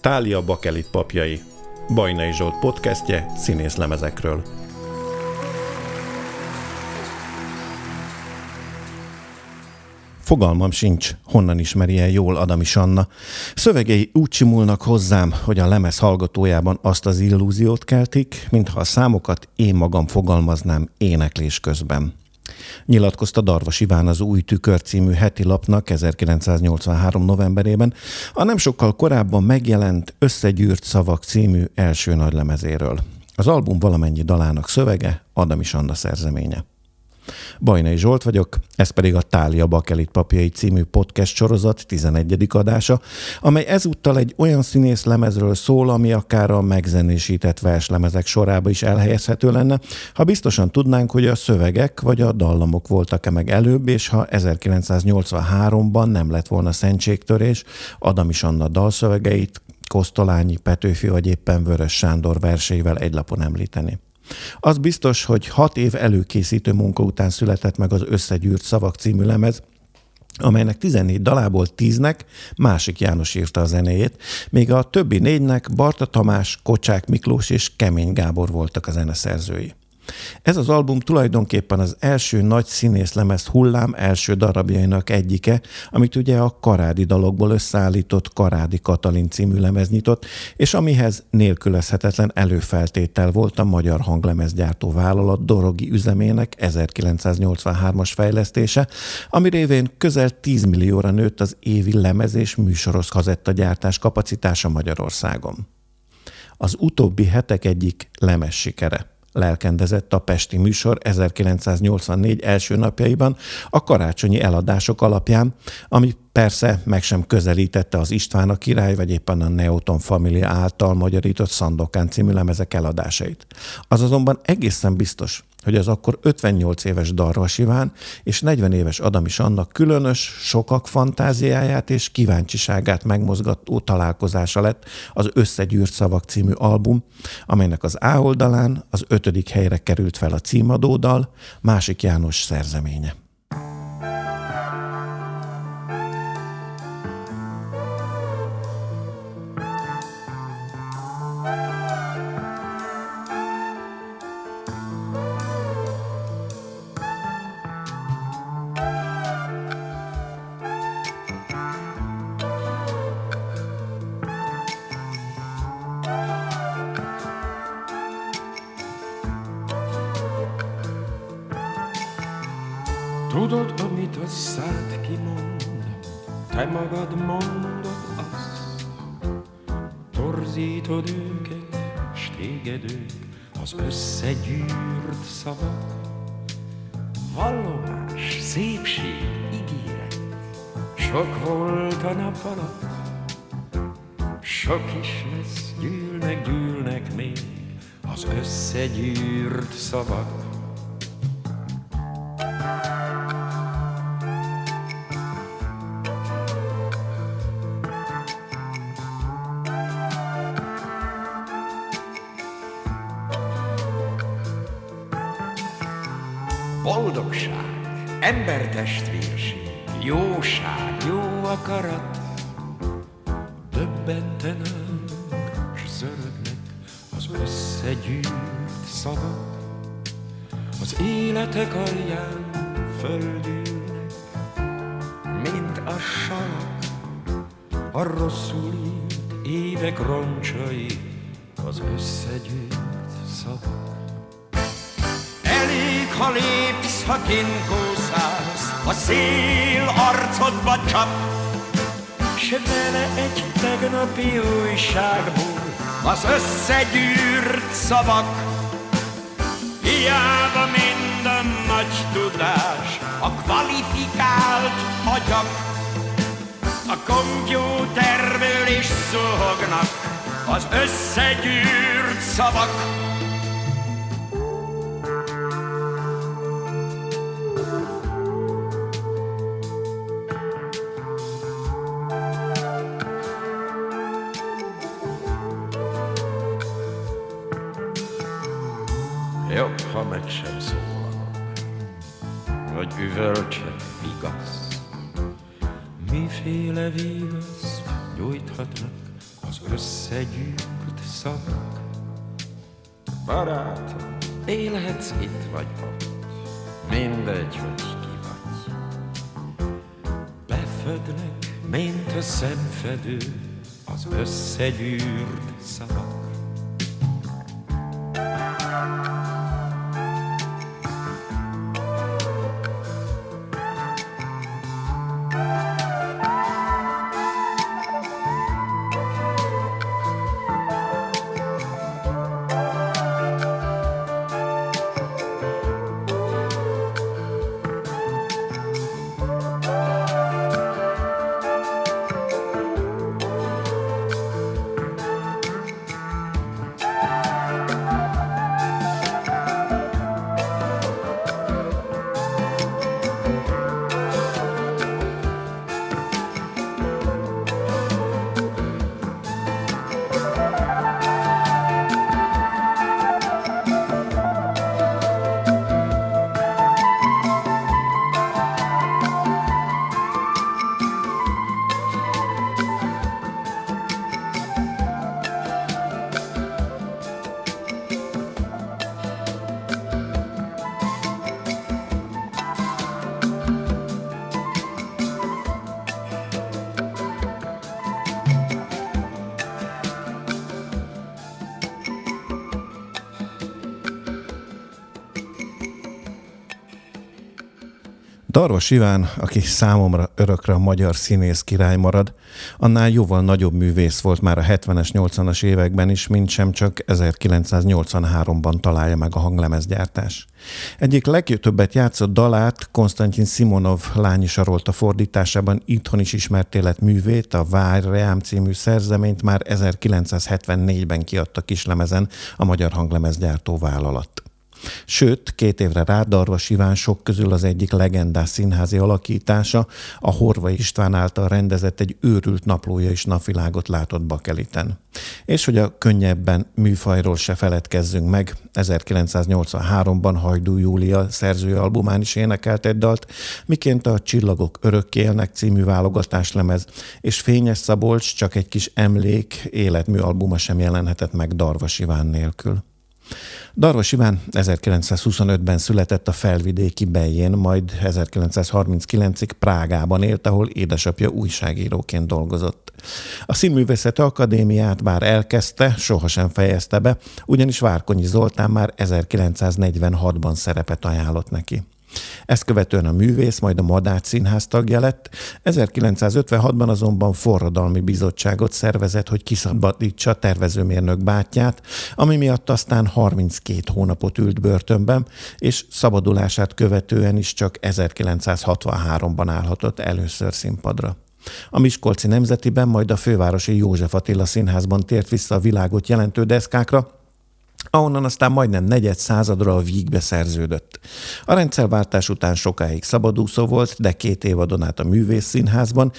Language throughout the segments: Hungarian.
Thália Bakelit papjai. Bajnai Zsolt podcastje színészlemezekről. Fogalmam sincs, honnan ismeri el jól Adamis Anna. Szövegei úgy simulnak hozzám, hogy a lemez hallgatójában azt az illúziót keltik, mintha a számokat én magam fogalmaznám éneklés közben. Nyilatkozta Darvas Iván az Új Tükör című heti lapnak 1983. novemberében a nem sokkal korábban megjelent Összegyűrt szavak című első nagylemezéről. Az album valamennyi dalának szövege Adamis Anna szerzeménye. Bajnai Zsolt vagyok, ez pedig a Thália Bakelit papjai című podcast sorozat 11. adása, amely ezúttal egy olyan színészlemezről szól, ami akár a megzenésített verslemezek sorába is elhelyezhető lenne, ha biztosan tudnánk, hogy a szövegek vagy a dallamok voltak-e meg előbb, és ha 1983-ban nem lett volna szentségtörés, Adamis Anna dalszövegeit Kosztolányi, Petőfi vagy éppen Vörös Sándor verseivel egy lapon említeni. Az biztos, hogy 6 év előkészítő munka után született meg az Összegyűrt szavak című lemez, amelynek 14 dalából 10-nek Másik János írta a zenéjét, míg a többi 4-nek Barta Tamás, Kocsák Miklós és Kemény Gábor voltak a zeneszerzői. Ez az album tulajdonképpen az első nagy színészlemez hullám első darabjainak egyike, amit ugye a Karádi dalokból összeállított Karádi Katalin című lemez nyitott, és amihez nélkülözhetetlen előfeltétel volt a magyar hanglemezgyártó vállalat dorogi üzemének 1983-as fejlesztése, ami révén közel 10 millióra nőtt az évi lemez és műsoros kazettagyártás kapacitása Magyarországon. Az utóbbi hetek egyik lemez sikere lelkendezett a pesti műsor 1984 első napjaiban a karácsonyi eladások alapján, ami persze meg sem közelítette az István a király, vagy éppen a Neoton Família által magyarított Szandokán című lemezek eladásait. Az azonban egészen biztos, hogy az akkor 58 éves Darvas Iván és 40 éves Adamis Anna különös, sokak fantáziáját és kíváncsiságát megmozgató találkozása lett az Összegyűrt szavak című album, amelynek az A oldalán az 5. helyre került fel a címadó dal, Másik János szerzeménye. Tudod, amit a szád kimond, te magad mondod azt, torzítod őket, s téged ők az összegyűrt szavak. Vallomás, szépség, ígéret, sok volt a nap alatt, sok is lesz, gyűlnek még az összegyűrt szavak. Boldogság, embertestvérség, jóság, jó akarat, döbbentenek, s zörögnek az összegyűrt szavak. Az életek alján földülnek, mint a salak, a rosszul írt évek roncsai, az összegyűrt szavak. Ha lépsz, ha kinkószálsz, a szél arcodba csap, s vele egy tegnapi újságból az összegyűrt szavak. Hiába minden nagy tudás, a kvalifikált agyak, a kompjúterből is zuhognak az összegyűrt szavak. Jobb, ha meg sem szólalok, vagy üvölcsek vigasz. Miféle vigaszt gyújthatnak az az összegyűrt szavak. Barátom, élhetsz itt vagy ott, mindegy, hogy ki vagy. Befödnek, mint a szemfedő, az összegyűrt szavak. Darvas Iván, aki számomra örökre a magyar színész király marad, annál jóval nagyobb művész volt már a 70-es, 80-as években is, mint sem csak 1983-ban találja meg a hanglemezgyártás. Egyik legtöbbet játszott dalát Konstantin Simonov Lányi Sarolta fordításában itthon is ismert életművét, a Várj reám című szerzeményt már 1974-ben kiadta kislemezen a Magyar Hanglemezgyártó Vállalat. Sőt, 2 évre rá Darvas Iván sok közül az egyik legendás színházi alakítása, a Horvai István által rendezett Egy őrült naplója is napvilágot látott Bakeliten. És hogy a könnyebben műfajról se feledkezzünk meg, 1983-ban Hajdú Júlia szerzőalbumán is énekelt egy dalt, miként a Csillagok örökké élnek című válogatáslemez, és Fényes Szabolcs Csak egy kis emlék életműalbuma sem jelenhetett meg Darvas Iván nélkül. Darvas Iván 1925-ben született a felvidéki Bején, majd 1939-ig Prágában élt, ahol édesapja újságíróként dolgozott. A Színművészeti Akadémiát bár elkezdte, sohasem fejezte be, ugyanis Várkonyi Zoltán már 1946-ban szerepet ajánlott neki. Ezt követően a művész, majd a Madách Színház tagja lett, 1956-ban azonban forradalmi bizottságot szervezett, hogy kiszabadítsa tervezőmérnök bátyját, ami miatt aztán 32 hónapot ült börtönben, és szabadulását követően is csak 1963-ban állhatott először színpadra. A Miskolci Nemzetiben, majd a fővárosi József Attila Színházban tért vissza a világot jelentő deszkákra, ahonnan aztán majdnem negyed századra a Vígbe szerződött. A rendszerváltás után sokáig szabadúszó volt, de 2 évadon át a Művészszínházban,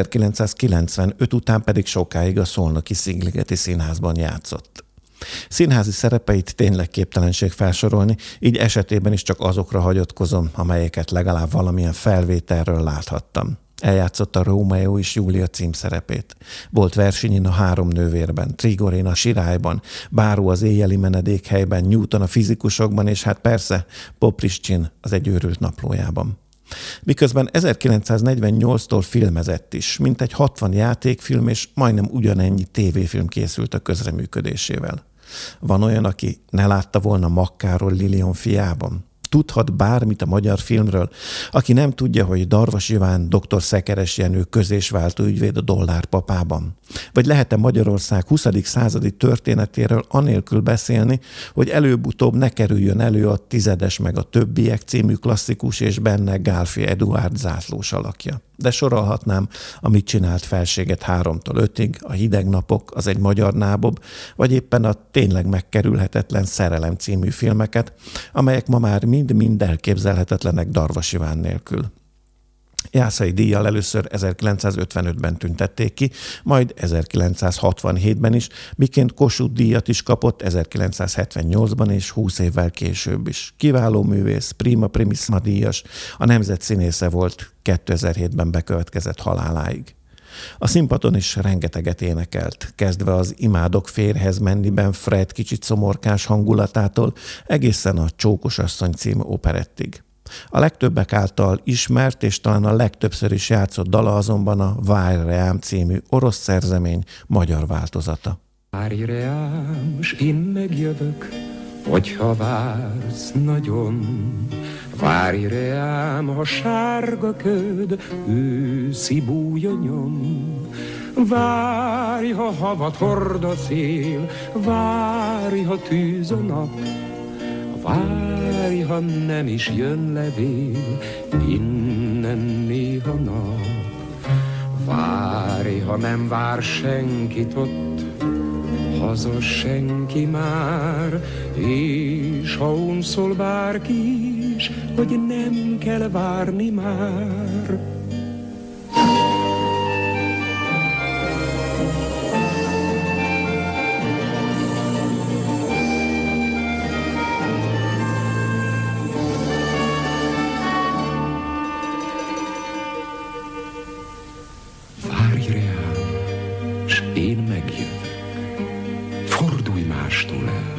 1995 után pedig sokáig a Szolnoki Szigligeti Színházban játszott. Színházi szerepeit tényleg képtelenség felsorolni, így esetében is csak azokra hagyatkozom, amelyeket legalább valamilyen felvételről láthattam. Eljátszotta Rómeó és Júlia címszerepét. Volt Versinyin a Három nővérben, Trigorén a Sirályban, Báró az éjjeli menedékhelyben, Newton a Fizikusokban, és hát persze Popriscsin az Egy őrült naplójában. Miközben 1948-tól filmezett is, mintegy 60 játékfilm és majdnem ugyanennyi tévéfilm készült a közreműködésével. Van olyan, aki ne látta volna Makkáról Lilion fiában? Tudhat bármit a magyar filmről, aki nem tudja, hogy Darvas Iván dr. Szekeres Jenő közésváltó ügyvéd a Dollárpapában? Vagy lehet-e Magyarország 20. századi történetéről anélkül beszélni, hogy előbb-utóbb ne kerüljön elő a Tizedes meg a többiek című klasszikus és benne Gálfi Eduárd zászlós alakja? De sorolhatnám a Mit csinált felséget 3-tól 5-ig, a Hideg napok, az Egy magyar nábob, vagy éppen a tényleg megkerülhetetlen Szerelem című filmeket, amelyek ma már mind-mind elképzelhetetlenek Darvas Iván nélkül. Jászai díjjal először 1955-ben tüntették ki, majd 1967-ben is, miként Kossuth díjat is kapott 1978-ban és 20 évvel később is. Kiváló művész, prima primissima díjas, a nemzet színésze volt 2007-ben bekövetkezett haláláig. A színpadon is rengeteget énekelt, kezdve az Imádok férjhez menniben Fred kicsit szomorkás hangulatától egészen a Csókosasszony című operettig. A legtöbbek által ismert és talán a legtöbbször is játszott dala azonban a Várj reám című orosz szerzemény magyar változata. Várj reám, s én megjövök, hogyha vársz nagyon. Várj reám, ha sárga köd őszi bújonyom. Várj, ha havat hord a szél, várj, ha tűz a nap. Várj, ha nem is jön levél, innen néha nap. Várj, ha nem vár senkit ott, haza senki már, és ha unszol bárki is, hogy nem kell várni már. Várj reám, s én megjövök, fordulj mástól el.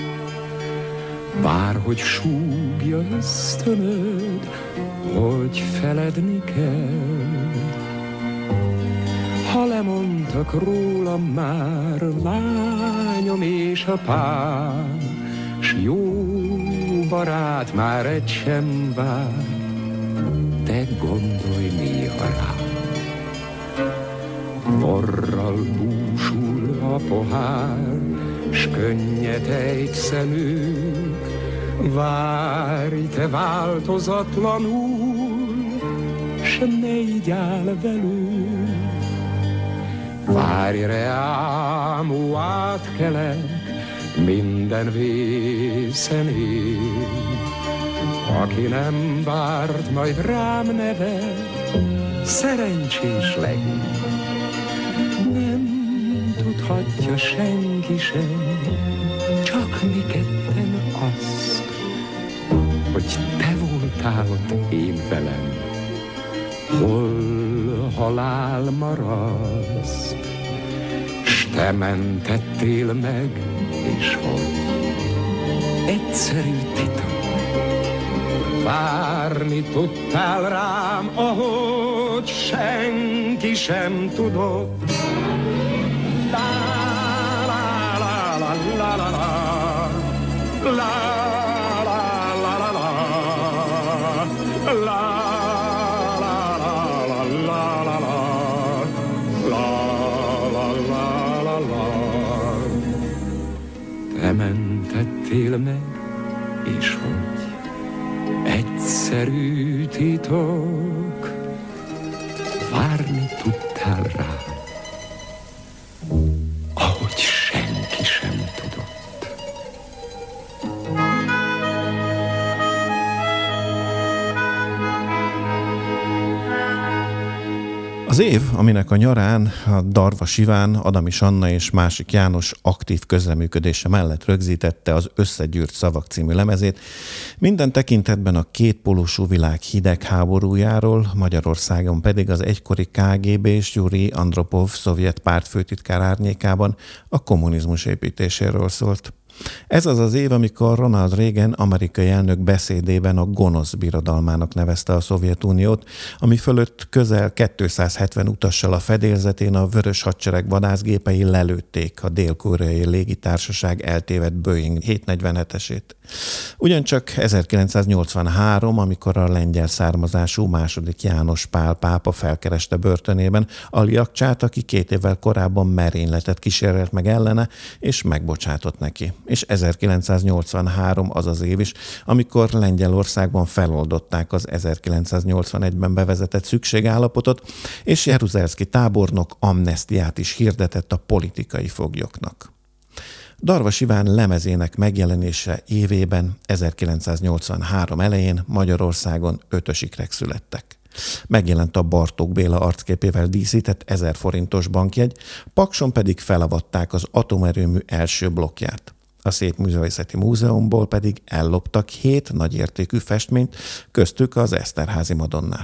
Bárhogy súgja ösztönöd, hogy feledni kell. Ha lemondtak rólam már lányom és apám, s jó barát már egy sem vár, te gondolj néha rám. Borral búsul a pohár, s könnyet ejt szemük. Várj, te változatlanul, s ne így áll velük. Várj reám, ó, átkelek, minden vészen él. Aki nem várt, majd rám nevet, szerencsés legyen. Nem tudhatja senki sem, csak mi ketten azt, hogy te voltál ott én velem, hol halál maraszt, s te mentettél meg, és hol egyszerű titok. Várni tudtál rám, ahogy senki sem tudott. La la la la la la la la la la la la la te mentettél meg, és hogy egyszerű titok, várni tudtál rá, ahogy senki sem tudott. Az év, aminek a nyarán a Darvas Iván, Adamys Anna és Másik János aktív közreműködése mellett rögzítette az Összegyűrt szavak című lemezét, minden tekintetben a kétpólusú világ hidegháborújáról, Magyarországon pedig az egykori KGB és Jurij Andropov szovjet pártfőtitkár árnyékában a kommunizmus építéséről szólt. Ez az az év, amikor Ronald Reagan amerikai elnök beszédében a gonosz birodalmának nevezte a Szovjetuniót, ami fölött közel 270 utassal a fedélzetén a Vörös Hadsereg vadászgépei lelőtték a dél-koreai légitársaság eltévedt Boeing 747-esét. Ugyancsak 1983, amikor a lengyel származású második János Pál pápa felkereste börtönében Ali Akcsát, aki 2 évvel korábban merényletet kísérelt meg ellene, és megbocsátott neki. És 1983 az az év is, amikor Lengyelországban feloldották az 1981-ben bevezetett szükségállapotot, és Jaruzelszky tábornok amnesztiát is hirdetett a politikai foglyoknak. Darvas Iván lemezének megjelenése évében, 1983 elején Magyarországon 5-ös ikrek születtek. Megjelent a Bartók Béla arcképével díszített 1000 forintos bankjegy, Pakson pedig felavatták az atomerőmű első blokkját. A Szépművészeti Múzeumból pedig elloptak 7 nagyértékű festményt, köztük az Eszterházy Madonnát.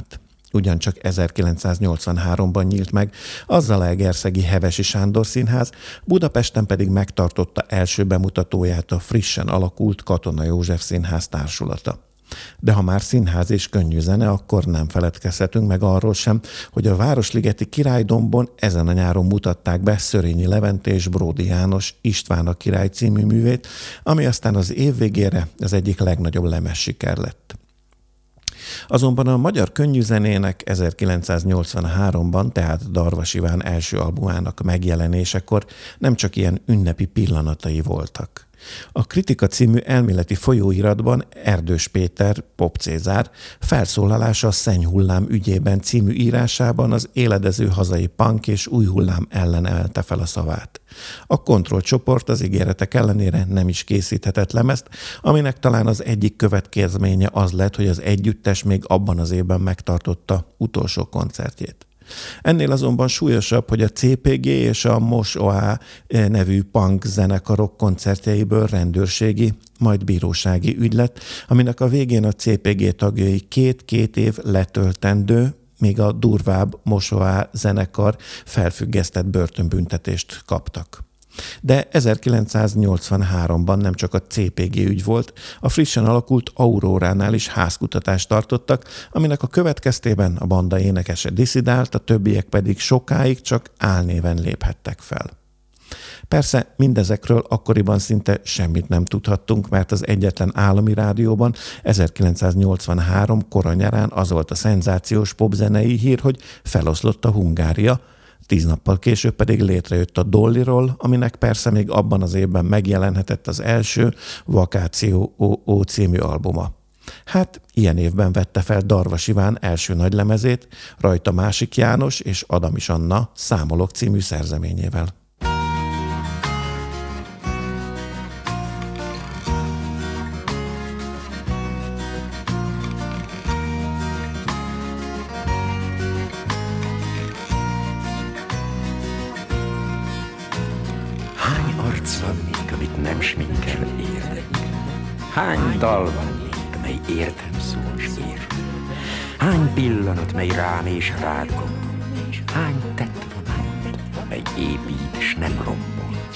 ugyancsak 1983-ban nyílt meg a Zalaegerszegi Hevesi Sándor Színház, Budapesten pedig megtartotta első bemutatóját a frissen alakult Katona József Színház társulata. De ha már színház és könnyű zene, akkor nem feledkezhetünk meg arról sem, hogy a Városligeti Királydombon ezen a nyáron mutatták be Szörényi Levente és Bródi János István a király című művét, ami aztán az év végére az egyik legnagyobb lemezsiker lett. Azonban a magyar könnyűzenének 1983-ban, tehát Darvas Iván első albumának megjelenésekor nem csak ilyen ünnepi pillanatai voltak. A Kritika című elméleti folyóiratban Erdős Péter, Pop Cézár felszólalása a Szennyhullám ügyében című írásában az éledező hazai punk és új hullám ellen emelte fel a szavát. A kontrollcsoport az ígéretek ellenére nem is készíthetett lemezt, aminek talán az egyik következménye az lett, hogy az együttes még abban az évben megtartotta utolsó koncertjét. Ennél azonban súlyosabb, hogy a CPG és a Mos OA nevű punk zenekarok koncertjeiből rendőrségi, majd bírósági ügy lett, aminek a végén a CPG tagjai két év letöltendő, míg a durvább Mos OA zenekar felfüggesztett börtönbüntetést kaptak. De 1983-ban nem csak a CPG ügy volt, a frissen alakult Auróránál is házkutatást tartottak, aminek a következtében a banda énekese disszidált, a többiek pedig sokáig csak álnéven léphettek fel. Persze mindezekről akkoriban szinte semmit nem tudhattunk, mert az egyetlen állami rádióban 1983 koranyarán az volt a szenzációs popzenei hír, hogy feloszlott a Hungária, 10 nappal később pedig létrejött a Dollyról, aminek persze még abban az évben megjelenhetett az első Vakáció O című albuma. Hát ilyen évben vette fel Darvas Iván első nagylemezét, rajta Másik János és Adamis Anna Számolok című szerzeményével. Van még, amit nem sminkel érdek. Hány dal van még, mely értem szól s ér. Hány pillanat, mely rám és rád gondol. Hány tett van ott, mely épít s nem rombol.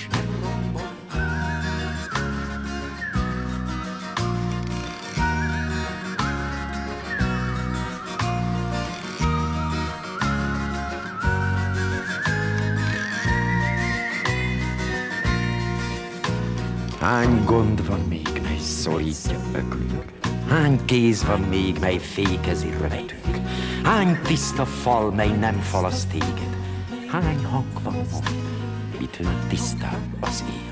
Hány gond van még, mely szorítja öklünk? Hány kéz van még, mely fékezi rövetünk? Hány tiszta fal, mely nem falaszt téged? Hány hang van mond, mitől tisztább az élet?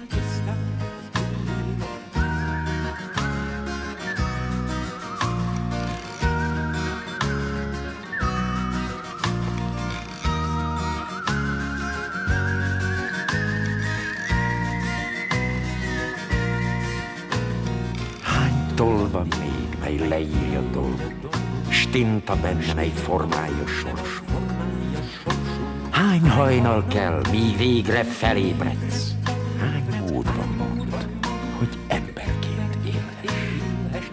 Toll van még, mely leírja dolgot, s tinta benne, mely formálja sorsot. Hány hajnal kell, míg végre felébredsz? Hány mód van mond, hogy emberként élhess?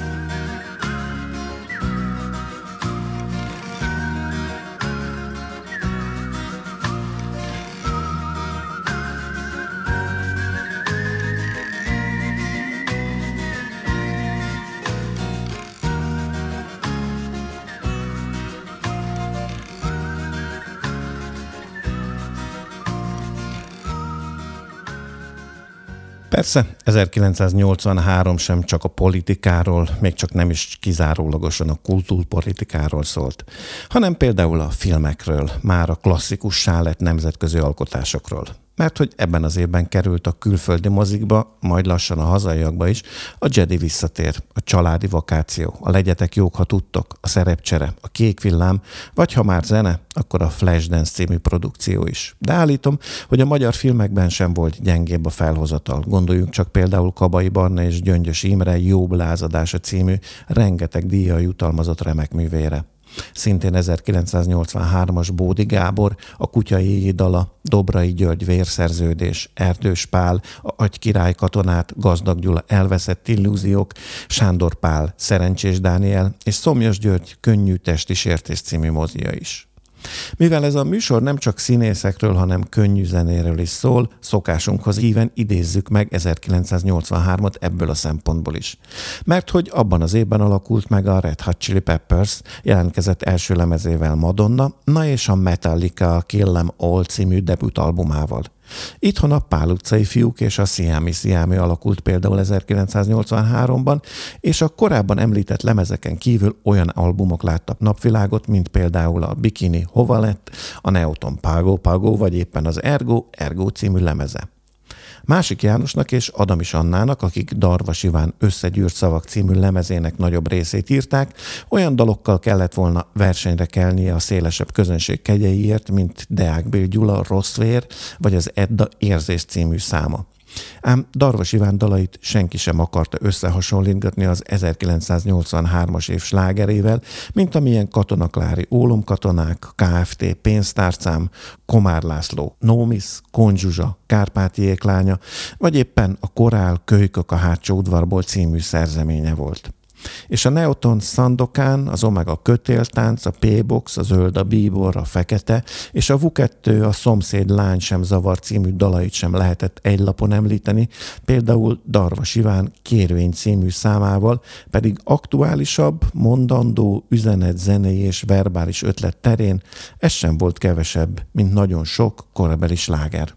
Persze, 1983 sem csak a politikáról, még csak nem is kizárólagosan a kultúrpolitikáról szólt, hanem például a filmekről, már a klasszikussá lett nemzetközi alkotásokról. Mert hogy ebben az évben került a külföldi mozikba, majd lassan a hazaiakba is, a Jedi visszatér, a Családi vakáció, a Legyetek jók, ha tudtok, a Szerepcsere, a Kék villám, vagy ha már zene, akkor a Flashdance című produkció is. De állítom, hogy a magyar filmekben sem volt gyengébb a felhozatal. Gondoljunk csak például Kabai Barna és Gyöngyös Imre Jobb lázadása című rengeteg díjjal jutalmazott remek művére. szintén 1983-as Bódi Gábor, a Kutya éji dala, Dobrai György Vérszerződés, Erdős Pál, a Agykirály katonát, Gazdag Gyula Elveszett illúziók, Sándor Pál Szerencsés Dániel és Szomjas György Könnyű testi sértés című mozia is. Mivel ez a műsor nem csak színészekről, hanem könnyű zenéről is szól, szokásunkhoz híven idézzük meg 1983-at ebből a szempontból is. Mert hogy abban az évben alakult meg a Red Hot Chili Peppers, jelentkezett első lemezével Madonna, na és a Metallica Kill 'Em All című debütalbumával. Itthon a Pál utcai fiúk és a Sziámi alakult például 1983-ban, és a korábban említett lemezeken kívül olyan albumok láttak napvilágot, mint például a Bikini Hova lett, a Neoton Pago vagy éppen az Ergo című lemeze. Másik Jánosnak és Adamis Annának, akik Darvas Iván Összegyűrt szavak című lemezének nagyobb részét írták, olyan dalokkal kellett volna versenyre kelnie a szélesebb közönség kegyeiért, mint Deák Bél Gyula Rossz vér, vagy az Edda Érzés című száma. Ám Darvas Iván dalait senki sem akarta összehasonlítgatni az 1983-as év slágerével, mint amilyen Katona Klári Ólomkatonák, Kft. Pénztárcám, Komár László Nómisz, Kon Zsuzsa, Kárpáti Lánya, vagy éppen a Korál Kölykök a hátsó udvarból című szerzeménye volt. És a Neoton Szandokán, az Omega Kötéltánc, a P-box, a Zöld a Bíbor, a Fekete, és a VU2, a Szomszéd lány sem zavar című dalait sem lehetett egy lapon említeni, például Darvas Iván Kérvény című számával, pedig aktuálisabb, mondandó, üzenet, zenei és verbális ötlet terén ez sem volt kevesebb, mint nagyon sok korabeli sláger.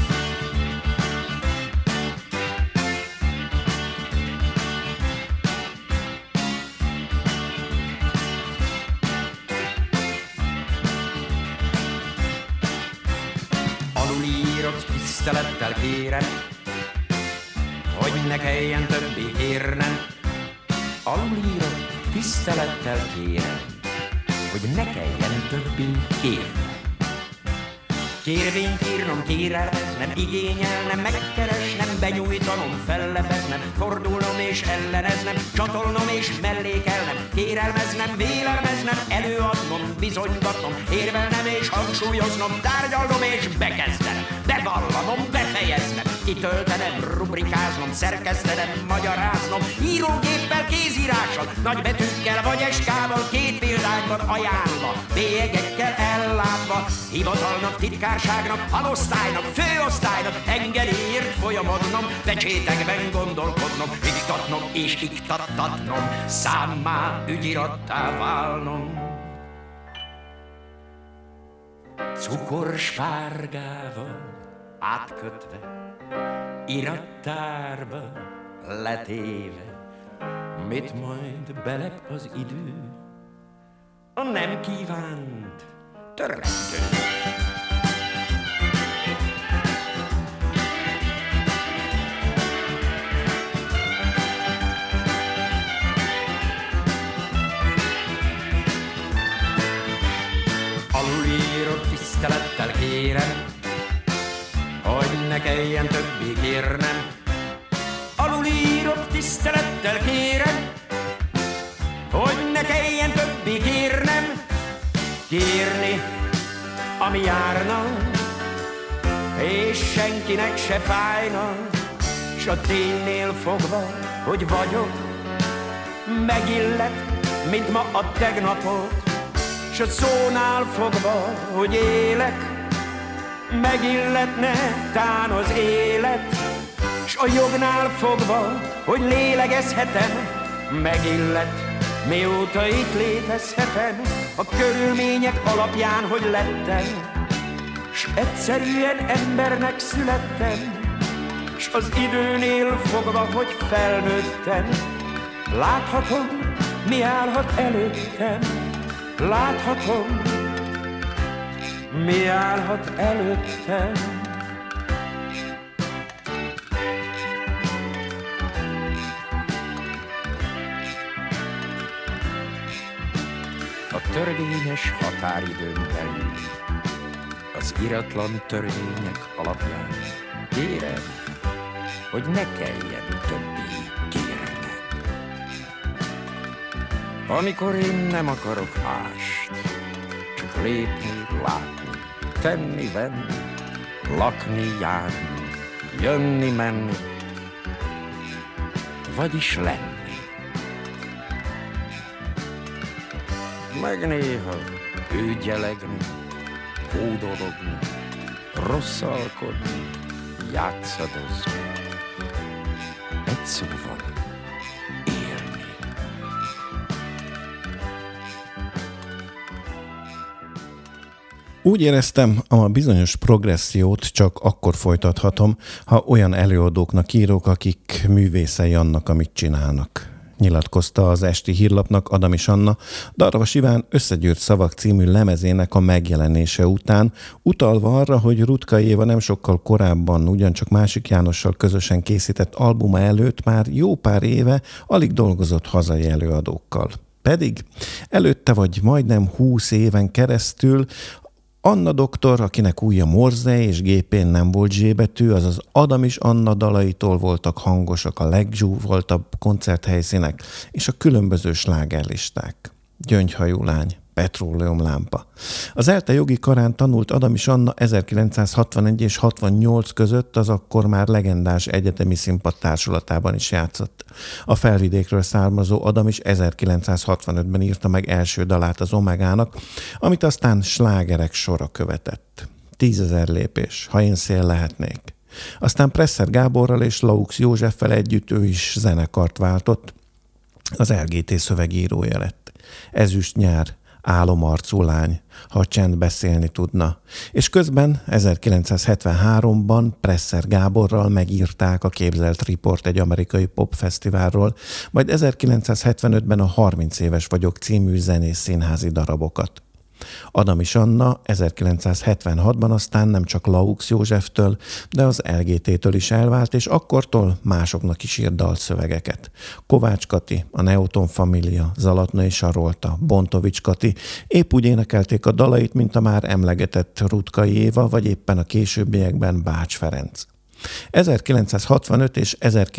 Tisztelettel kérem, hogy ne kelljen többé kérnem. Alulírok, tisztelettel kérem, hogy ne kelljen többé kérnem. Kérvényt írnom, kérelmeznem, igényelnem, megkeresnem, benyújtanom, fellebeznem, fordulnom és elleneznem, csatolnom és mellékelnem, kérelmeznem, vélelmeznem, előadnom, bizonygatnom, érvelnem és hangsúlyoznom, tárgyalnom és bekezdenem, bevallanom, befejeznem, kitöltenem, rubrikáznom, szerkesztenem, magyaráznom, írógéppel, kézírással, nagybetűkkel vagy eskával, két példányban ajánlva, bélyegekkel ellátva, hivatalnak, titkárságnak, alosztálynak, főosztálynak, engedélyért folyamodnom, pecsétekben gondolkodnom, iktatnom és iktattatnom, számmá, ügyirattá válnom. Cukorspárgával átkötve, irattárba letéve, mit majd belep az idő, a nem kívánt törlesztő. Alulírott tisztelettel kérem, hogy ne kelljen többé kérnem. Alulírott tisztelettel kérem, hogy ne kelljen többé kérnem. Kérni, ami járna, és senkinek se fájna, s a ténynél fogva, hogy vagyok, megillet, mint ma a tegnapot, s a szónál fogva, hogy élek, megilletne tán az élet, s a jognál fogva, hogy lélegezhetem, megillet, mióta itt létezhetem, a körülmények alapján, hogy lettem, s egyszerűen embernek születtem, s az időnél fogva, hogy felnőttem, láthatom, mi állhat előttem, láthatom, mi állhat előttem. A törvényes határidőn belül, az iratlan törvények alapján kérem, hogy ne kelljen többé kérnem. amikor én nem akarok mást, csak lépni, látni, tenni, venni, lakni, járni, jönni, menni, vagyis lenni. Meg néha ügyelegni, hódologni, rosszalkodni, játszadozni. Egy szóval élni. Úgy éreztem, a bizonyos progressziót csak akkor folytathatom, ha olyan előadóknak írok, akik művészei annak, amit csinálnak. Nyilatkozta az Esti Hírlapnak Adamiss Anna Darvas Iván Összegyűrt szavak című lemezének a megjelenése után, utalva arra, hogy Rutkay Éva nem sokkal korábban ugyancsak Másik Jánossal közösen készített albuma előtt már jó pár éve alig dolgozott hazai előadókkal. Pedig előtte vagy majdnem 20 éven keresztül Anna doktor, akinek ujja morze és gépén nem volt zsébetű, azaz Adamiss Anna dalaitól voltak hangosak a legzsúfoltabb koncerthelyszínek és a különböző slágerlisták. Gyöngyhajú lány, petróleumlámpa. Az ELTE jogi karán tanult Adamiss Anna 1961 és 68 között, az akkor már legendás egyetemi színpad társulatában is játszott. A Felvidékről származó Adamiss 1965-ben írta meg első dalát az Omegának, amit aztán slágerek sora követett. 10 000 lépés, ha én szél lehetnék. Aztán Presser Gáborral és Laux Józseffel együtt ő is zenekart váltott, az LGT szövegírója lett. Ezüst nyár, álomarcú lány, ha a csend beszélni tudna. És közben 1973-ban Presser Gáborral megírták a Képzelt Report egy amerikai popfesztiválról, majd 1975-ben a 30 éves vagyok című zenész színházi darabokat. Adamiss Anna 1976-ban aztán nem csak Laux Józseftől, de az LGT-től is elvált, és akkortól másoknak is írt dalszövegeket. Kovács Kati, a Neoton Família, Zalatnai Sarolta, Bontovics Kati épp úgy énekelték a dalait, mint a már emlegetett Rutkay Éva, vagy éppen a későbbiekben Bács Ferenc. 1965 és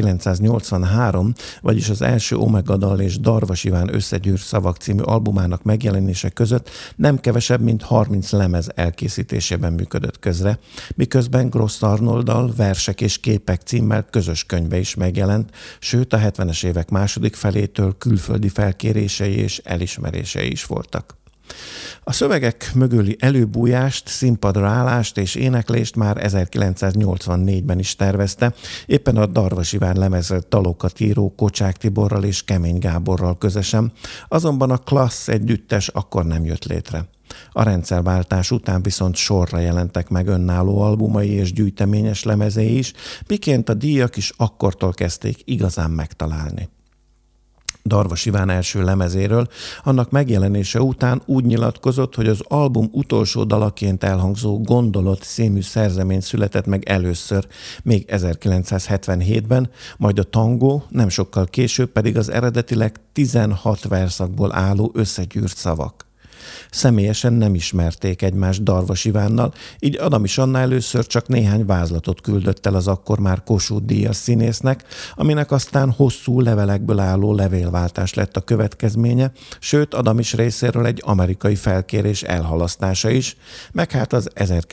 1983, vagyis az első Omega dal és Darvas Iván Összegyűrt szavak című albumának megjelenése között nem kevesebb, mint 30 lemez elkészítésében működött közre, miközben Grossz Arnolddal Versek és képek címmel közös könyve is megjelent, sőt a 70-es évek második felétől külföldi felkérései és elismerései is voltak. A szövegek mögöli előbújást, színpadra állást és éneklést már 1984-ben is tervezte, éppen a Darvas Iván lemezre dalokat író Kocsák Tiborral és Kemény Gáborral közösen, azonban a Klassz együttes akkor nem jött létre. A rendszerváltás után viszont sorra jelentek meg önálló albumai és gyűjteményes lemezei is, miként a díjak is akkortól kezdték igazán megtalálni. Darvas Iván első lemezéről, annak megjelenése után úgy nyilatkozott, hogy az album utolsó dalaként elhangzó Gondolat című szerzemény született meg először, még 1977-ben, majd a tangó, nem sokkal később pedig az eredetileg 16 verszakból álló Összegyűrt szavak. Személyesen nem ismerték egymást Darvas Ivánnal, így Adamiss Anna először csak néhány vázlatot küldött el az akkor már Kossuth-díjas színésznek, aminek aztán hosszú levelekből álló levélváltás lett a következménye, sőt Adamiss részéről egy amerikai felkérés elhalasztása is, meg hát az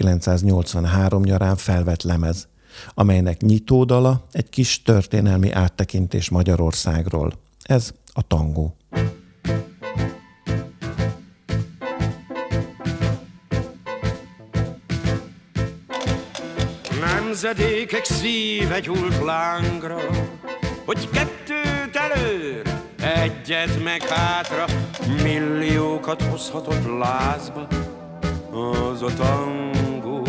1983 nyarán felvett lemez, amelynek nyitódala egy kis történelmi áttekintés Magyarországról. Ez a tangó. Nemzedékek szíve gyúlt lángra, hogy kettőt előre, egyet meg hátra, milliókat hozhatott lázba az a tangó.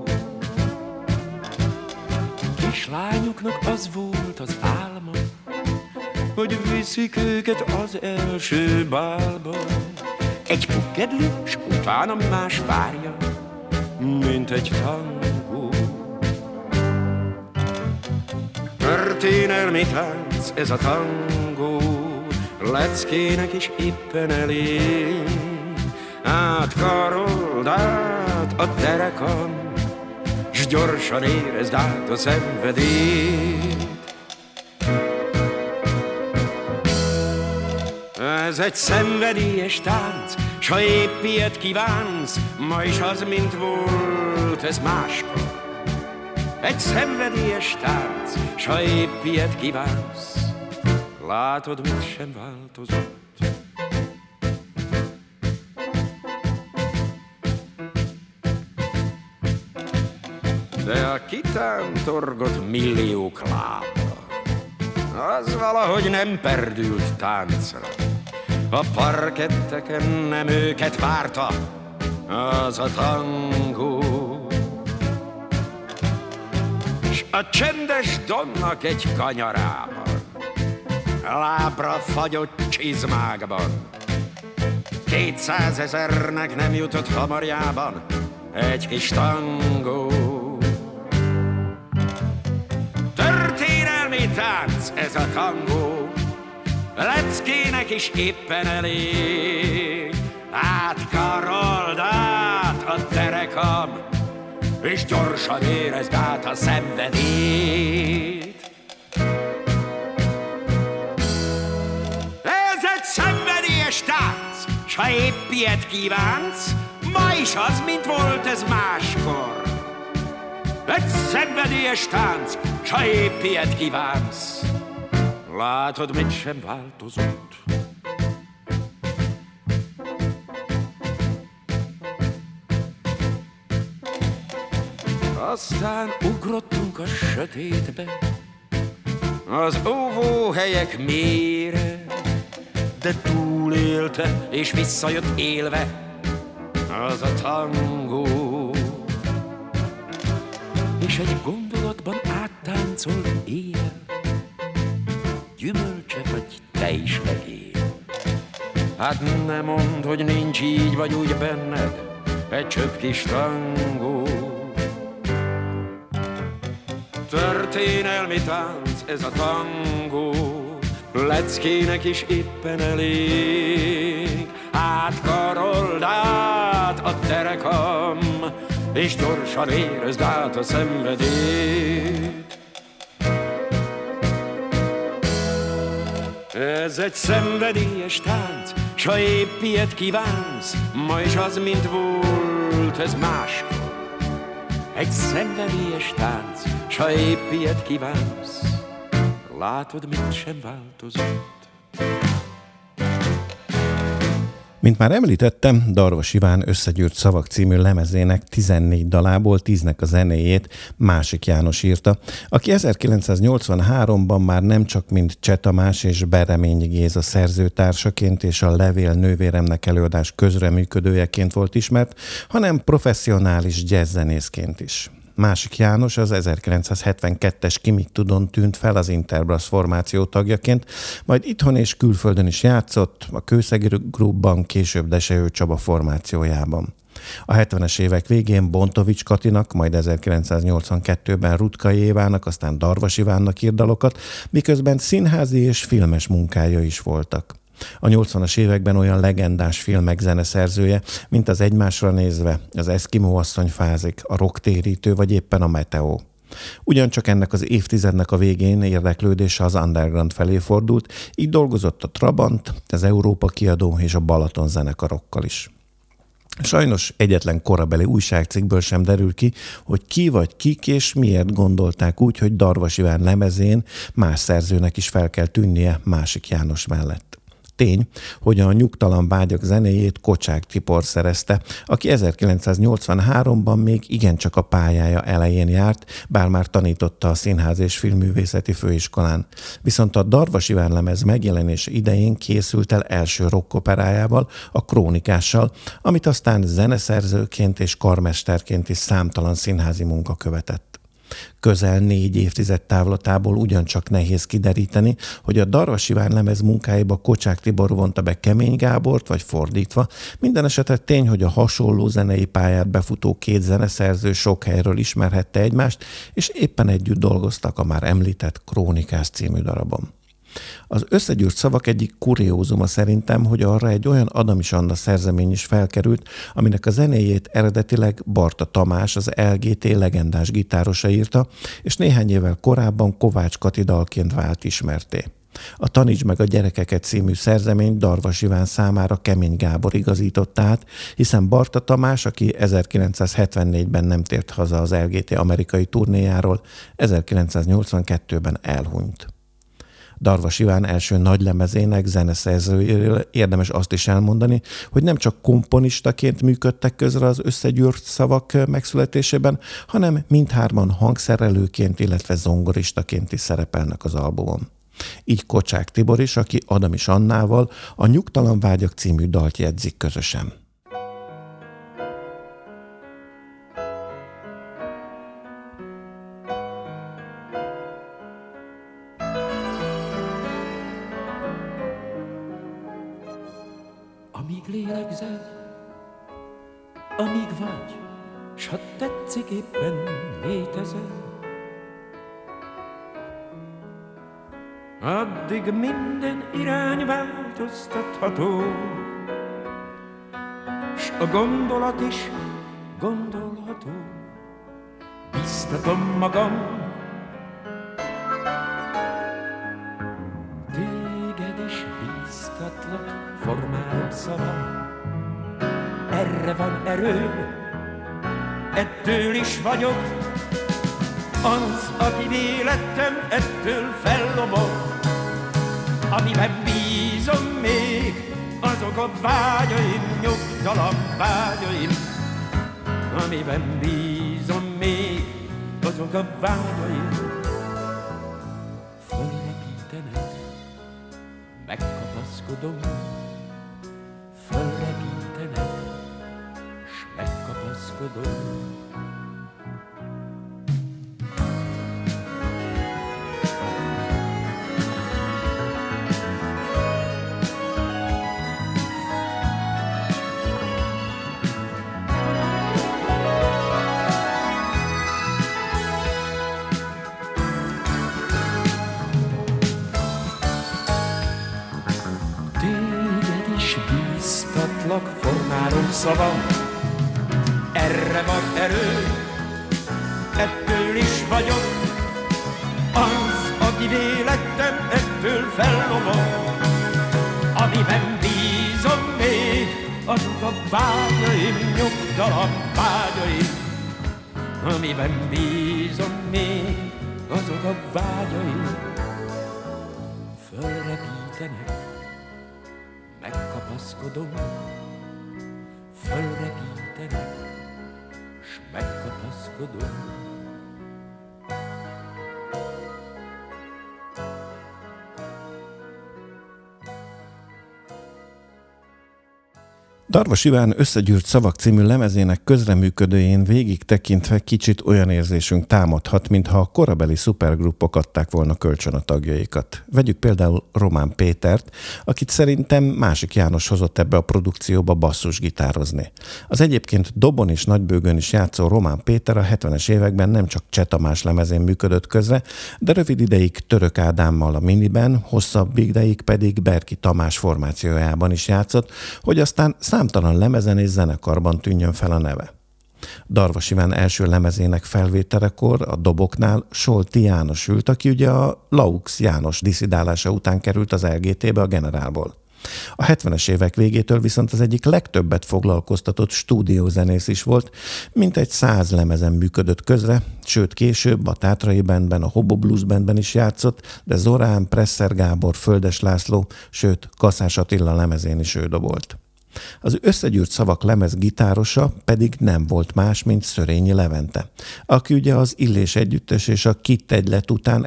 Kislányoknak az volt az álma, hogy viszik őket az első bálba. Egy pukedli, s utána más várja, mint egy tangó. Történelmi tánc ez a tangó, leckének is éppen elég. Átkarold át a derekam, s gyorsan érezd át a szenvedélyt. Ez egy szenvedélyes tánc, s ha épp ilyet kívánsz, ma is az, mint volt, ez máskor. Egy szenvedélyes tánc, s ha épp ilyet kívánsz, látod, mit sem változott. De a kitántorgott milliók lába, az valahogy nem perdült táncra. A parketteken nem őket várta az a tangó. S a csendes donnak egy kanyarában, lábra fagyott csizmákban, 200 000-nek nem jutott hamarjában egy kis tangó. Történelmi tánc ez a tangó, leckének is éppen elég. Átkarold át a derekam, és gyorsan érezd át a szenvedélyt. Ez egy szenvedélyes tánc, s ha épp ilyet kívánsz, ma is az, mint volt ez máskor. Egy szenvedélyes tánc, s ha épp ilyet kívánsz, látod, mit sem változott. Aztán ugrottunk a sötétbe, az óvóhelyek mélyére, de túlélte és visszajött élve az a tangó. És egy gondolatban áttáncol él, gyümölcse vagy te is legyél. Hát ne mondd, hogy nincs így vagy úgy benned egy csöpp kis tangó. Történelmi tánc ez a tangó, leckének is éppen elég. Átkarold át a derekam, és gyorsan érezd át a szenvedélyt. Ez egy szenvedélyes tánc, s ha épp ilyet kívánsz, ma is az, mint volt, ez máskor. Egy szenvedélyes tánc, s ha épp ilyet kívánsz, látod, mit sem változott. Mint már említettem, Darvas Iván Összegyűrt szavak című lemezének 14 dalából 10-nek a zenéjét Másik János írta, aki 1983-ban már nem csak mint Cseh Tamás és Bereményi Géza szerzőtársaként és a Levél nővéremnek előadás közreműködőjeként volt ismert, hanem professzionális jazzzenészként is. Másik János az 1972-es Ki mit tudon tűnt fel az Interbrass formáció tagjaként, majd itthon és külföldön is játszott, a Kőszegi Groupban, később Desejő Csaba formációjában. A 70-es évek végén Bontovics Katinak, majd 1982-ben Rutkai Évának, aztán Darvas Ivánnak írt dalokat, miközben színházi és filmes munkája is voltak. A 80-as években olyan legendás filmek zeneszerzője, mint az Egymásra nézve, az Eszkimó asszony fázik, a Rocktérítő vagy éppen a Meteó. Ugyancsak ennek az évtizednek a végén érdeklődése az underground felé fordult, így dolgozott a Trabant, az Európa Kiadó és a Balaton zenekarokkal is. Sajnos egyetlen korabeli újságcikkből sem derül ki, hogy ki vagy kik és miért gondolták úgy, hogy Darvas Iván lemezén más szerzőnek is fel kell tűnnie Másik János mellett. Tény, hogy a Nyugtalan vágyak zenéjét Kocsák Tibor szerezte, aki 1983-ban még igencsak a pályája elején járt, bár már tanította a Színház és Filmművészeti Főiskolán. Viszont a Darvas Iván lemez megjelenése idején készült el első rockoperájával, a Krónikással, amit aztán zeneszerzőként és karmesterként is számtalan színházi munka követett. Közel 4 évtized távlatából ugyancsak nehéz kideríteni, hogy a Darvas Iván lemez munkáiba Kocsák Tibor vonta be Kemény Gábort, vagy fordítva. Minden esetre tény, hogy a hasonló zenei pályát befutó két zeneszerző sok helyről ismerhette egymást, és éppen együtt dolgoztak a már említett Krónikás című darabon. Az Összegyűrt szavak egyik kuriózuma szerintem, hogy arra egy olyan Adamis Anna szerzemény is felkerült, aminek a zenéjét eredetileg Barta Tamás, az LGT legendás gitárosa írta, és néhány évvel korábban Kovács Kati dalként vált ismerté. A Tanítsd meg a gyerekeket című szerzeményt Darvas Iván számára Kemény Gábor igazította át, hiszen Barta Tamás, aki 1974-ben nem tért haza az LGT amerikai turnéjáról, 1982-ben elhunyt. Darvas Iván első nagylemezének zeneszerzőjéről érdemes azt is elmondani, hogy nem csak komponistaként működtek közre az összegyűrt szavak megszületésében, hanem mindhárman hangszerelőként, illetve zongoristaként is szerepelnek az albumon. Így Kocsák Tibor is, aki Adami Annával a Nyugtalan vágyak című dalt jegyzik közösen. Amíg lélegzel, amíg vagy, s ha tetszik éppen létezel, addig minden irány változtatható, s a gondolat is gondolható. Biztatom magam, téged is bíztatlak, formálom szavam. Erre van erő, ettől is vagyok, az, aki vélettem, ettől fellobog. Amiben bízom még, azok a vágyaim, nyugtalan vágyaim. Amiben bízom még, azok a vágyaim. Fölrepítenek, megkapaszkodom. Fölrepítenek, s megkapaszkodom. Formálom szavam, erre van erő, ettől is vagyok, az, aki vélettem, ettől fellobog. Amiben bízom még, azok a vágyaim, nyugtalan vágyaim. Amiben bízom még, azok a vágyaim. Fölrepítenek, megkapaszkodom. Fölrepítenek, s megkapaszkodom. Darvas Iván Összegyűrt szavak című lemezének közreműködőjén végig tekintve kicsit olyan érzésünk támadhat, mintha a korabeli szupergrupok adták volna kölcsön a tagjaikat. Vegyük például Román Pétert, akit szerintem Másik János hozott ebbe a produkcióba basszusgitározni. Az egyébként dobon és nagybőgön is játszó Román Péter a 70-es években nem csak Cseh Tamás lemezén működött közre, de rövid ideig Török Ádámmal a Miniben, hosszabb ideig pedig Berki Tamás formációjában is játszott, hogy aztán számtalan lemezen és zenekarban tűnjön fel a neve. Darvas Iván első lemezének felvételekor a doboknál Solti János ült, aki ugye a Laux János disszidálása után került az LGT-be a Generálból. A 70-es évek végétől viszont az egyik legtöbbet foglalkoztatott stúdiózenész is volt, mintegy 100 lemezen működött közre, sőt később a Tátrai Bandben, a Hobo Blues Bandben is játszott, de Zorán, Presser Gábor, Földes László, sőt Kaszás Attila lemezén is ő dobolt. Az Összegyűrt szavak lemez gitárosa pedig nem volt más, mint Szörényi Levente, aki ugye az Illés együttes és a Kitt Egylet után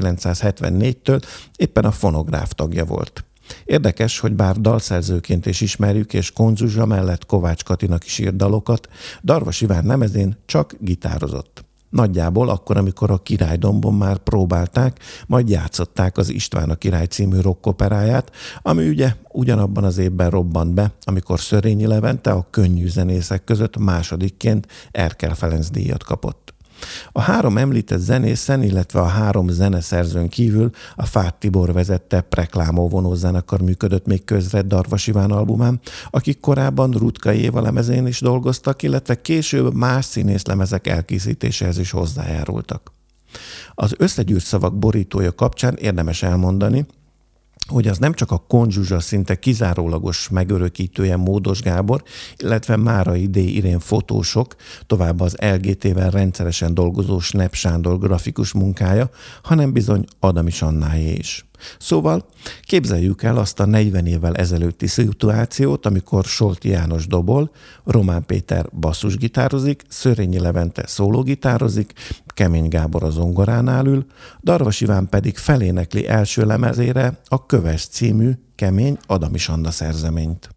1974-től éppen a Fonográf tagja volt. Érdekes, hogy bár dalszerzőként is ismerjük, és Konzsuzsa mellett Kovács Katinak is írt dalokat, Darvas Iván lemezén csak gitározott. Nagyjából akkor, amikor a Királydombon már próbálták, majd játszották az István a Király című rockoperáját, ami ugye ugyanabban az évben robbant be, amikor Szörényi Levente a könnyű zenészek között másodikként Erkel Ferenc díjat kapott. A három említett zenészen, illetve a három zeneszerzőn kívül a Fáth Tibor vezette Preklámó vonózenekar működött még közre Darvas Iván albumán, akik korábban Rutka Éva lemezén is dolgoztak, illetve később más színészlemezek elkészítéséhez is hozzájárultak. Az Összegyűrt szavak borítója kapcsán érdemes elmondani, hogy az nem csak a Konzsuzsa szinte kizárólagos megörökítője Módos Gábor, illetve Márai D. Irén fotósok, továbbá az LGT-vel rendszeresen dolgozó Snep Sándor grafikus munkája, hanem bizony Adamics Annáé is. Szóval képzeljük el azt a 40 évvel ezelőtti szituációt, amikor Solti János dobol, Román Péter basszusgitározik, Szörényi Levente szólógitározik, Kemény Gábor a zongoránál ül, Darvas Iván pedig felénekli első lemezére a Köves című kemény Adamics Anna szerzeményt.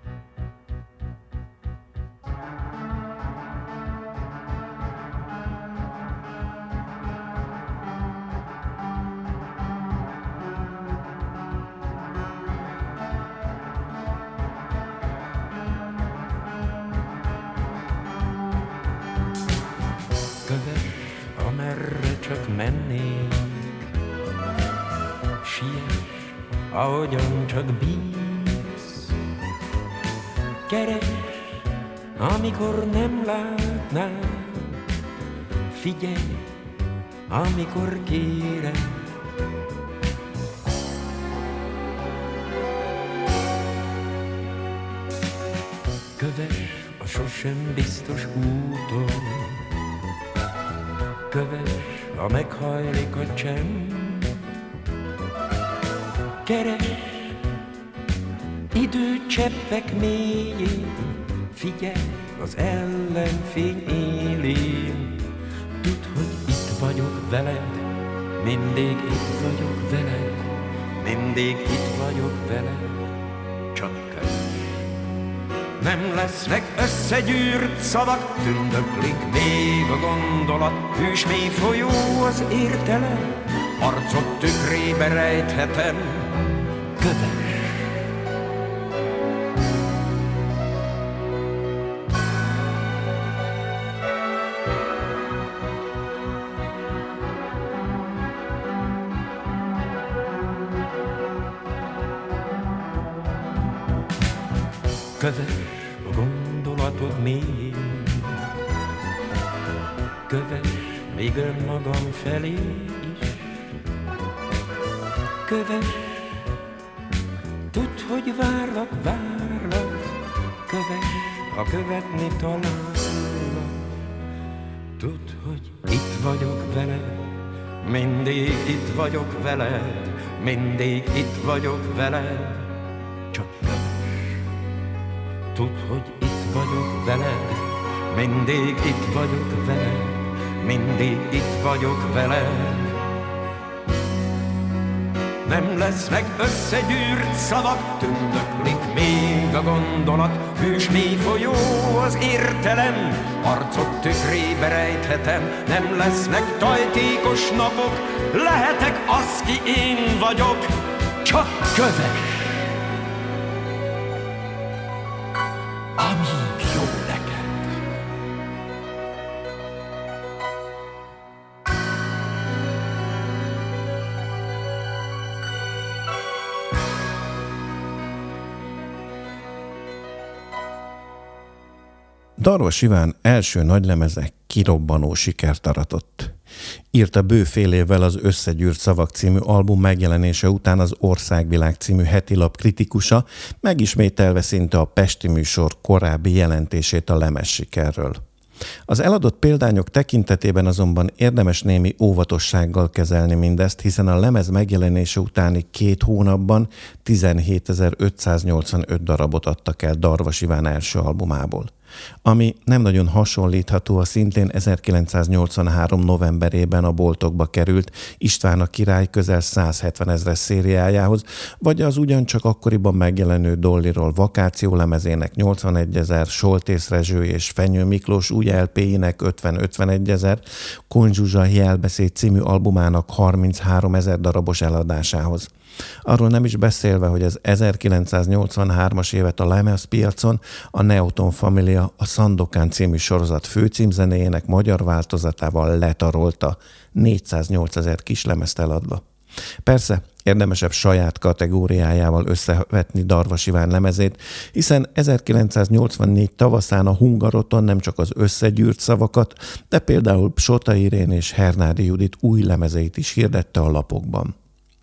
Ahogyan csak bízsz, keres, amikor nem látnál, figyelj, amikor kérem. Kövess a sosem biztos úton, kövess, ha meghajlik a csend. Keres időcseppek mélyén, figyelj az ellenfény élén. Tudd, hogy itt vagyok veled, mindig itt vagyok veled, mindig itt vagyok veled, csak keres. Nem lesznek összegyűrt szavak, tündöklik még a gondolat, hűs mély folyó az értelem, arcot tükrébe rejthetem. Kövess. Kövess a gondolatod mélyén, kövess még önmagam felé is, kövess. Tudd, hogy várlak, kövess, ha követni talállak. Tudd, hogy itt vagyok veled, mindig itt vagyok veled, mindig itt vagyok veled, csak kövess. Tudd, hogy itt vagyok veled, mindig itt vagyok veled, mindig itt vagyok veled. Nem lesznek összegyűrt szavak, tündöklik még a gondolat, hűs mély folyó az értelem, arcot tükrébe rejthetem. Nem lesznek tajtékos napok, lehetek az, ki én vagyok, csak kövess. Amíg jó neked. Darvas Iván első nagylemeze kirobbanó sikert aratott. Írta bő fél évvel az Összegyűrt szavak című album megjelenése után az Országvilág című hetilap kritikusa, megismételve szinte a Pesti műsor korábbi jelentését a lemez sikerről. Az eladott példányok tekintetében azonban érdemes némi óvatossággal kezelni mindezt, hiszen a lemez megjelenése utáni 2 hónapban 17.585 darabot adtak el Darvas Iván első albumából, ami nem nagyon hasonlítható a szintén 1983. novemberében a boltokba került István a király közel 170 000-es szériájához, vagy az ugyancsak akkoriban megjelenő Dollyról vakációlemezének 81 000, Soltész Rezső és Fenyő Miklós új LP-inek 50-51 000, Konzsuzsa Jelbeszéd című albumának 33 000 darabos eladásához. Arról nem is beszélve, hogy az 1983-as évet a lemezpiacon a Neoton Família a Szandokán című sorozat főcímzenéjének magyar változatával letarolta, 408 000 kislemezt eladva. Persze, érdemesebb saját kategóriájával összevetni Darvas Iván lemezét, hiszen 1984 tavaszán a Hungaroton nem csak az Összegyűrt szavakat, de például Psota Irén és Hernádi Judit új lemezeit is hirdette a lapokban.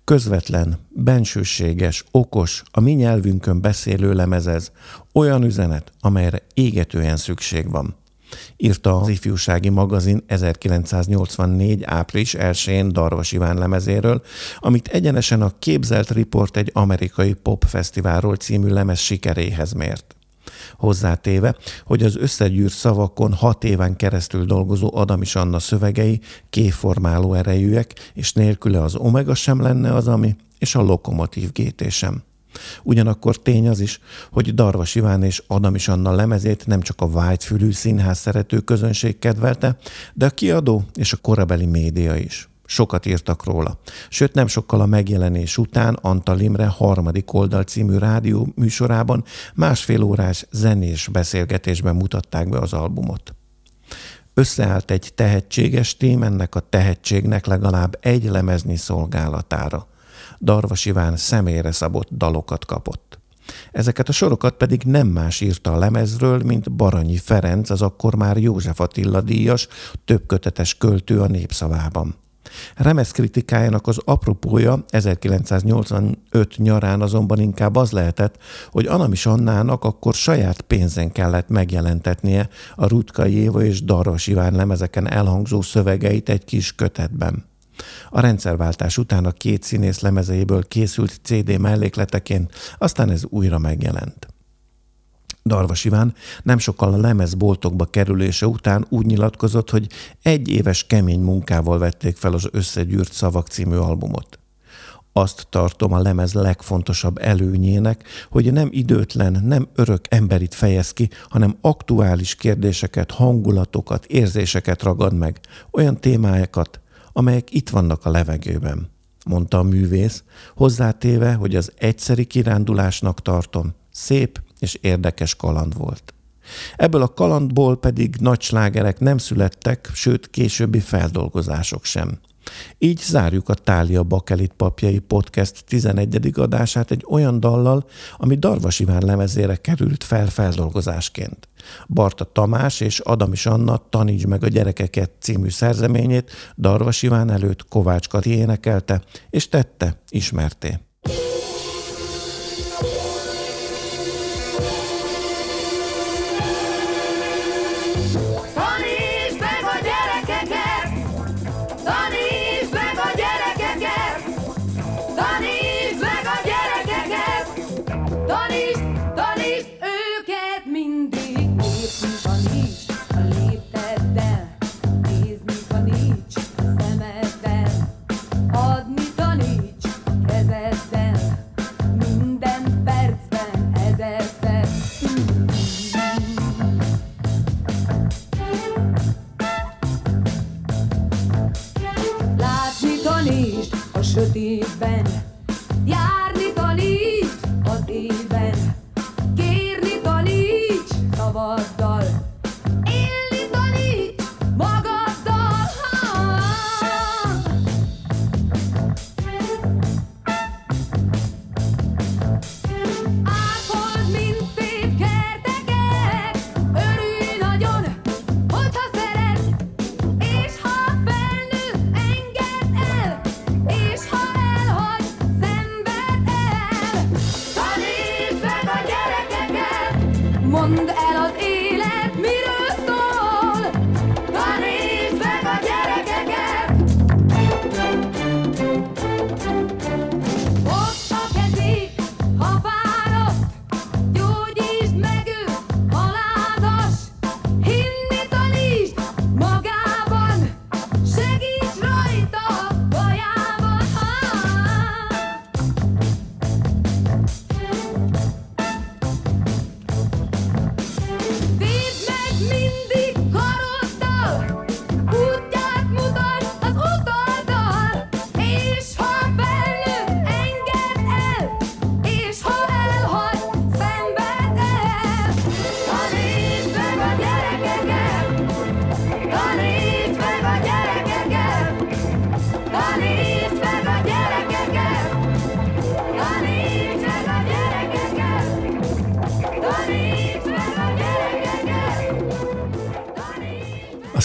Közvetlen, bensőséges, okos, a mi nyelvünkön beszélő lemez ez. Olyan üzenet, amelyre égetően szükség van. Írta az Ifjúsági Magazin 1984. április 1-én Darvas Iván lemezéről, amit egyenesen a Képzelt Riport egy amerikai popfesztiválról című lemez sikeréhez mért. Hozzátéve, hogy az összegyűrt szavakon 6 éven keresztül dolgozó Adamis Anna szövegei képformáló erejűek, és nélküle az Omega sem lenne az, ami, és a Lokomotív GT sem. Ugyanakkor tény az is, hogy Darvas Iván és Adamis Anna lemezét nem csak a vágyfülű színház szerető közönség kedvelte, de a kiadó és a korabeli média is. Sokat írtak róla. Sőt, nem sokkal a megjelenés után Antal Imre Harmadik Oldal című rádió műsorában 1,5 órás zenés beszélgetésben mutatták be az albumot. Összeállt egy tehetséges tím ennek a tehetségnek legalább egy lemeznyi szolgálatára. Darvas Iván személyre szabott dalokat kapott. Ezeket a sorokat pedig nem más írta a lemezről, mint Baranyi Ferenc, az akkor már József Attila díjas, többkötetes költő a Népszavában. Remez kritikájának az apropója 1985 nyarán azonban inkább az lehetett, hogy Adamis Annának akkor saját pénzen kellett megjelentetnie a Rutka Éva és Darvas Iván lemezeken elhangzó szövegeit egy kis kötetben. A rendszerváltás után a 2 színész lemezeiből készült CD mellékleteként aztán ez újra megjelent. Darvas Iván nem sokkal a lemezboltokba kerülése után úgy nyilatkozott, hogy 1 éves kemény munkával vették fel az Összegyűrt szavak című albumot. Azt tartom a lemez legfontosabb előnyének, hogy nem időtlen, nem örök emberit fejez ki, hanem aktuális kérdéseket, hangulatokat, érzéseket ragad meg, olyan témákat, amelyek itt vannak a levegőben, mondta a művész, hozzátéve, hogy az egyszeri kirándulásnak tartom, szép és érdekes kaland volt. Ebből a kalandból pedig nagy slágerek nem születtek, sőt későbbi feldolgozások sem. Így zárjuk a Thália Bakelit Papjai Podcast 11. adását egy olyan dallal, ami Darvas Iván lemezére került fel feldolgozásként. Barta Tamás és Adamis Anna Tanítsd meg a gyerekeket című szerzeményét Darvas Iván előtt Kovács Kati énekelte, és tette ismerté. Sötétben járni taníts az éjben, kérni taníts szavaddal, élni taníts magaddal. Áthold, mint szép kerteket, örülj nagyon, hogyha szeret, és ha felnő, engedd el, és ha elhagy,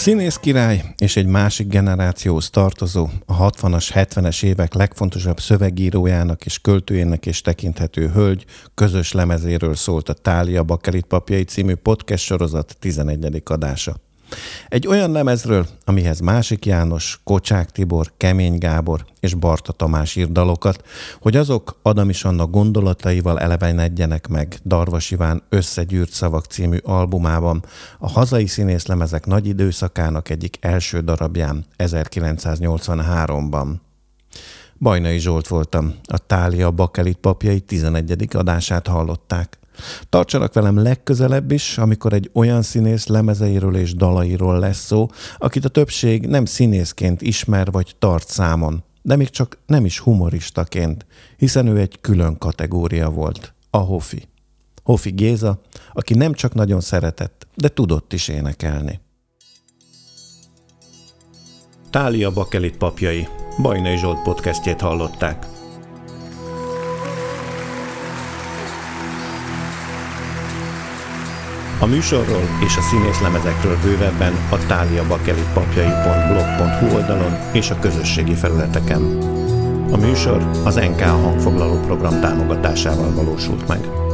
A színész király és egy másik generációhoz tartozó, a 60-as, 70-es évek legfontosabb szövegírójának és költőjének is tekinthető hölgy közös lemezéről szólt a Thália Bakelit papjai című podcast sorozat 11. adása. Egy olyan lemezről, amihez Másik János, Kocsák Tibor, Kemény Gábor és Barta Tamás ír dalokat, hogy azok Adamys Anna gondolataival elevenedjenek meg Darvas Iván Összegyűrt szavak című albumában, a hazai színészlemezek nagy időszakának egyik első darabján 1983-ban. Bajnai Zsolt voltam, a Thália Bakelit papjai 11. adását hallották. Tartsanak velem legközelebb is, amikor egy olyan színész lemezeiről és dalairól lesz szó, akit a többség nem színészként ismer vagy tart számon, de még csak nem is humoristaként, hiszen ő egy külön kategória volt, a Hofi. Hofi Géza, aki nem csak nagyon szeretett, de tudott is énekelni. Thália Bakelit papjai, Bajnai Zsolt podcastjét hallották. A műsorról és a színészlemezekről bővebben a thaliabakelitpapjai.blog.hu oldalon és a közösségi felületeken. A műsor az NK hangfoglaló program támogatásával valósult meg.